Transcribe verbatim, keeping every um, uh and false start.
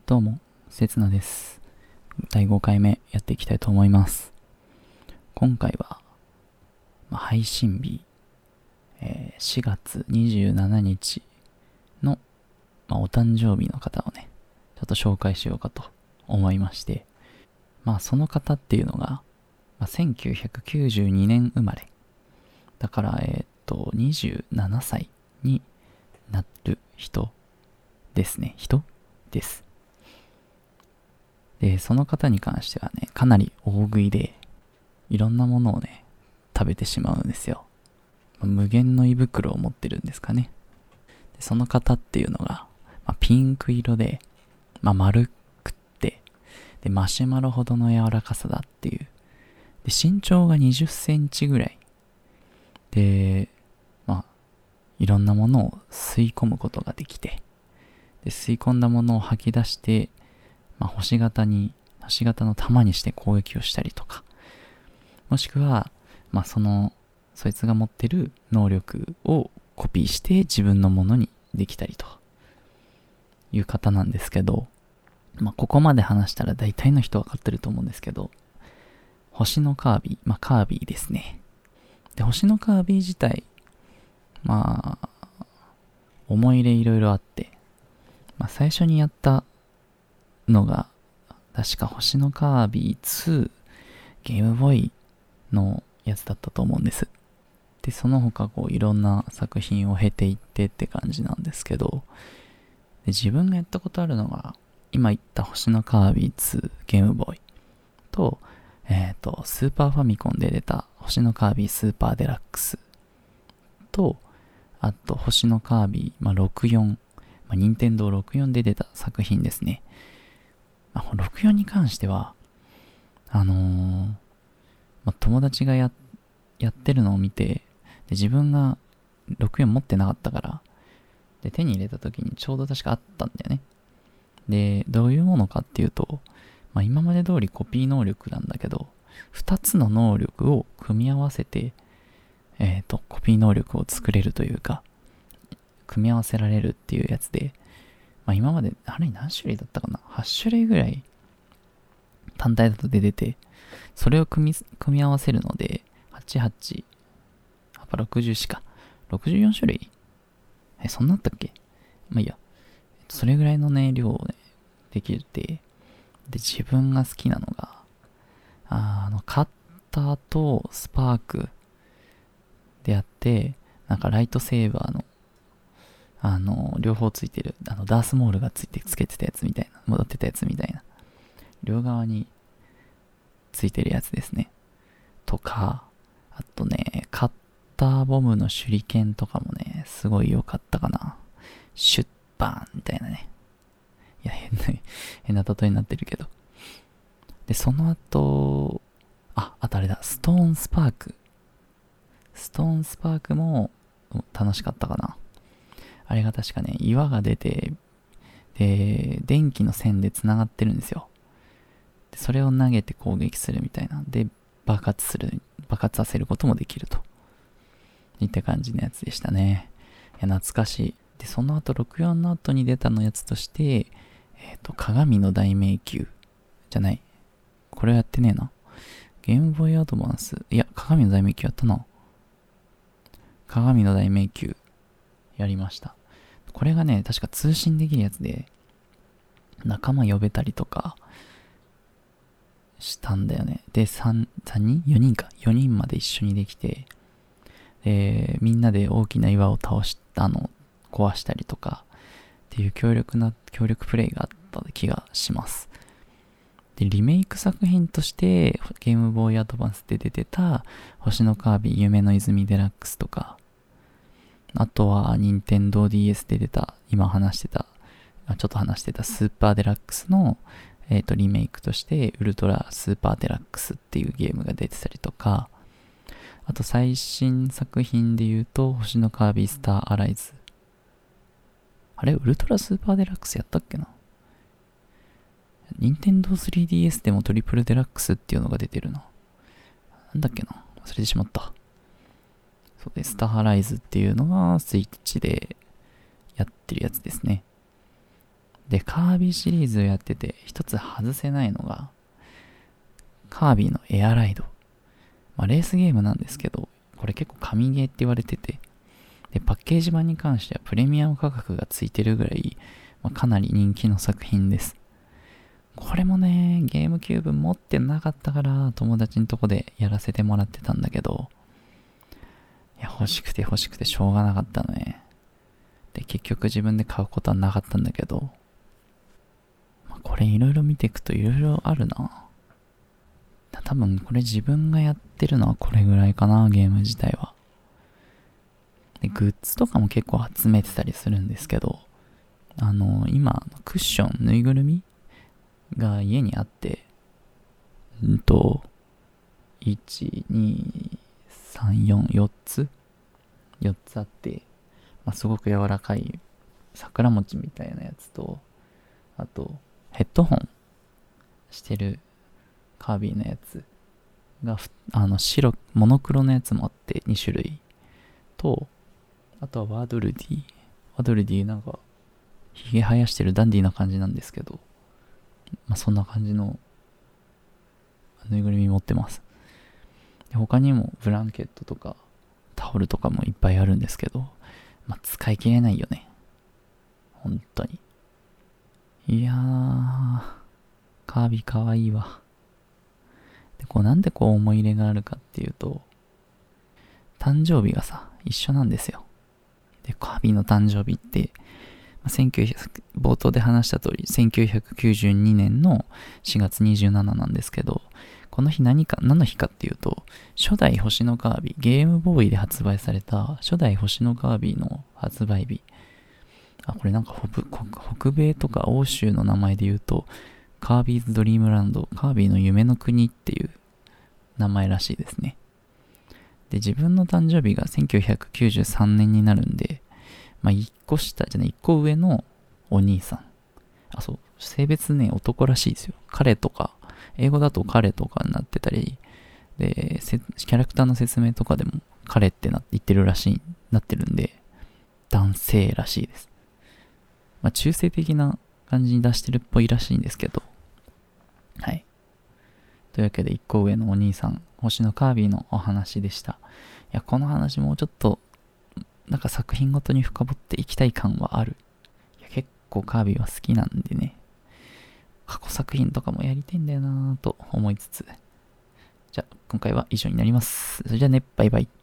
どうも、せつなです。だいごかいめやっていきたいと思います。今回は、まあ、配信日、えーしがつにじゅうしちにちの、まあ、お誕生日の方をね、ちょっと紹介しようかと思いまして、まあその方っていうのが、まあ、せんきゅうひゃくきゅうじゅうにねん生まれ。だから、えーっと、にじゅうななさいになる人ですね。人です。で、その方に関してはね、かなり大食いで、いろんなものをね、食べてしまうんですよ。無限の胃袋を持ってるんですかね。でその方っていうのが、まあ、ピンク色で、まあ、丸くって、で、マシュマロほどの柔らかさだっていう。で、身長がにじゅっセンチぐらい。で、まあ、いろんなものを吸い込むことができて、で、吸い込んだものを吐き出して、まあ、星型に、星型の玉にして攻撃をしたりとか、もしくは、まあ、その、そいつが持ってる能力をコピーして自分のものにできたりという方なんですけど、まあ、ここまで話したら大体の人分かってると思うんですけど、星のカービィ、まあ、カービィですね。で、星のカービィ自体、まあ、思い入れいろいろあって、まあ、最初にやったのが、確か星のカービィツー、ゲームボーイのやつだったと思うんです。で、その他こういろんな作品を経ていってって感じなんですけど、で自分がやったことあるのが、今言った星のカービィツー、ゲームボーイと、えっと、スーパーファミコンで出た星のカービィスーパーデラックスと、あと星のカービィ、まあ、ろくじゅうよん、まあ、任天堂ろくじゅうよんで出た作品ですね。まあ、ろくじゅうよんに関しては、あのーまあ、友達がや、やってるのを見て、で自分がろくじゅうよん持ってなかったから、で手に入れた時にちょうど確かあったんだよね。で、どういうものかっていうと、まあ、今まで通りコピー能力なんだけど、ふたつの能力を組み合わせて、えっと、コピー能力を作れるというか、組み合わせられるっていうやつで、まあ、今まで、あれ何種類だったかな ?はち 種類ぐらい単体だと出てて、それを組み、組み合わせるので、はち、はち、やっぱろくじゅうよんか。ろくじゅうよん種類え、そんなあったっけ。まあいいや。それぐらいのね、量をね、できて、で、自分が好きなのが、あの、カッターとスパークでやって、なんかライトセーバーの、あの、両方ついてる、あの、ダースモールがついて、つけてたやつみたいな、戻ってたやつみたいな、両側についてるやつですね。とか、あとね、カッターボムの手裏剣とかもね、すごい良かったかな。シュッバーンみたいなね。いや、変な、変な例えになってるけど。で、その後、あ、あとあれだ、ストーンスパーク。ストーンスパークも楽しかったかな。あれが確かね、岩が出て、で、電気の線で繋がってるんですよ。で、それを投げて攻撃するみたいな。で、爆発する、爆発させることもできると。いった感じのやつでしたね。いや、懐かしい。で、その後、ろくじゅうよんの後に出たのやつとして、えっ、ー、と、鏡の大迷宮。じゃない。これやってねえな。ゲームボーイアドバンス。いや、鏡の大迷宮やったな。鏡の大迷宮。やりました。これがね、確か通信できるやつで、仲間呼べたりとか、したんだよね。で、さん、さんにん ?よ 人か。よにんまで一緒にできて、で、みんなで大きな岩を倒した、あの、壊したりとか、っていう強力な、協力プレイがあった気がします。で、リメイク作品として、ゲームボーイアドバンスで出てた、星のカービィ夢の泉デラックスとか、あとは、任天堂 ディーエス で出た、今話してた、ちょっと話してたスーパーデラックスの、えっと、リメイクとして、ウルトラスーパーデラックスっていうゲームが出てたりとか、あと最新作品で言うと、星のカービィスターアライズ。あれウルトラスーパーデラックスやったっけな。ニンテンドー スリーディーエス でもトリプルデラックスっていうのが出てるな。なんだっけな忘れてしまった。そうで、スターアライズっていうのがスイッチでやってるやつですね。 で、カービィシリーズをやってて、一つ外せないのが、カービィのエアライド。まあ、レースゲームなんですけど、これ結構神ゲーって言われてて、で、パッケージ版に関してはプレミアム価格がついてるぐらい、まあ、かなり人気の作品です。これもね、ゲームキューブ持ってなかったから、友達のとこでやらせてもらってたんだけど、いや、欲しくて欲しくてしょうがなかったのね。で、結局自分で買うことはなかったんだけど、まあ、これいろいろ見ていくといろいろあるな。多分これ自分がやってるのはこれぐらいかな、ゲーム自体は。で、グッズとかも結構集めてたりするんですけど、あの、今、クッション、ぬいぐるみが家にあって、んと、いち、に、さん、よん、よっつ ?よっ つあって、まあ、すごく柔らかい桜餅みたいなやつと、あと、ヘッドホンしてるカービィのやつが、あの、白、モノクロのやつもあってに種類と、あとはワードルディ。ワードルディなんか、ひげ生やしてるダンディーな感じなんですけど、まあ、そんな感じのぬいぐるみ持ってます。で、他にもブランケットとかタオルとかもいっぱいあるんですけど、まあ、使い切れないよね。本当に。いやー、カービィかわいいわ。で、こうなんでこう思い入れがあるかっていうと、誕生日がさ、一緒なんですよ。で、カービィの誕生日って、せんきゅうひゃく冒頭で話した通り、せんきゅうひゃくきゅうじゅうにねんのしがつにじゅうしちにちなんですけど、この日何か、何の日かっていうと、初代星のカービィ、ゲームボーイで発売された初代星のカービィの発売日。あ、これなんか北、北米とか欧州の名前で言うと、カービィズドリームランド、カービィの夢の国っていう名前らしいですね。で、自分の誕生日がせんきゅうひゃくきゅうじゅうさんねんになるんで、まあ、一個下じゃない、一個上のお兄さん。あ、そう、性別ね、男らしいですよ。彼とか、英語だと彼とかになってたり、で、キャラクターの説明とかでも彼ってな言ってるらしい、なってるんで、男性らしいです。まあ、中性的な感じに出してるっぽいらしいんですけど、はい。というわけで、一個上のお兄さん、星のカービィのお話でした。いや、この話もうちょっと、なんか作品ごとに深掘っていきたい感はある。いや、結構カービィは好きなんでね。過去作品とかもやりたいんだよなぁと思いつつ。じゃあ、今回は以上になります。それじゃあね、バイバイ。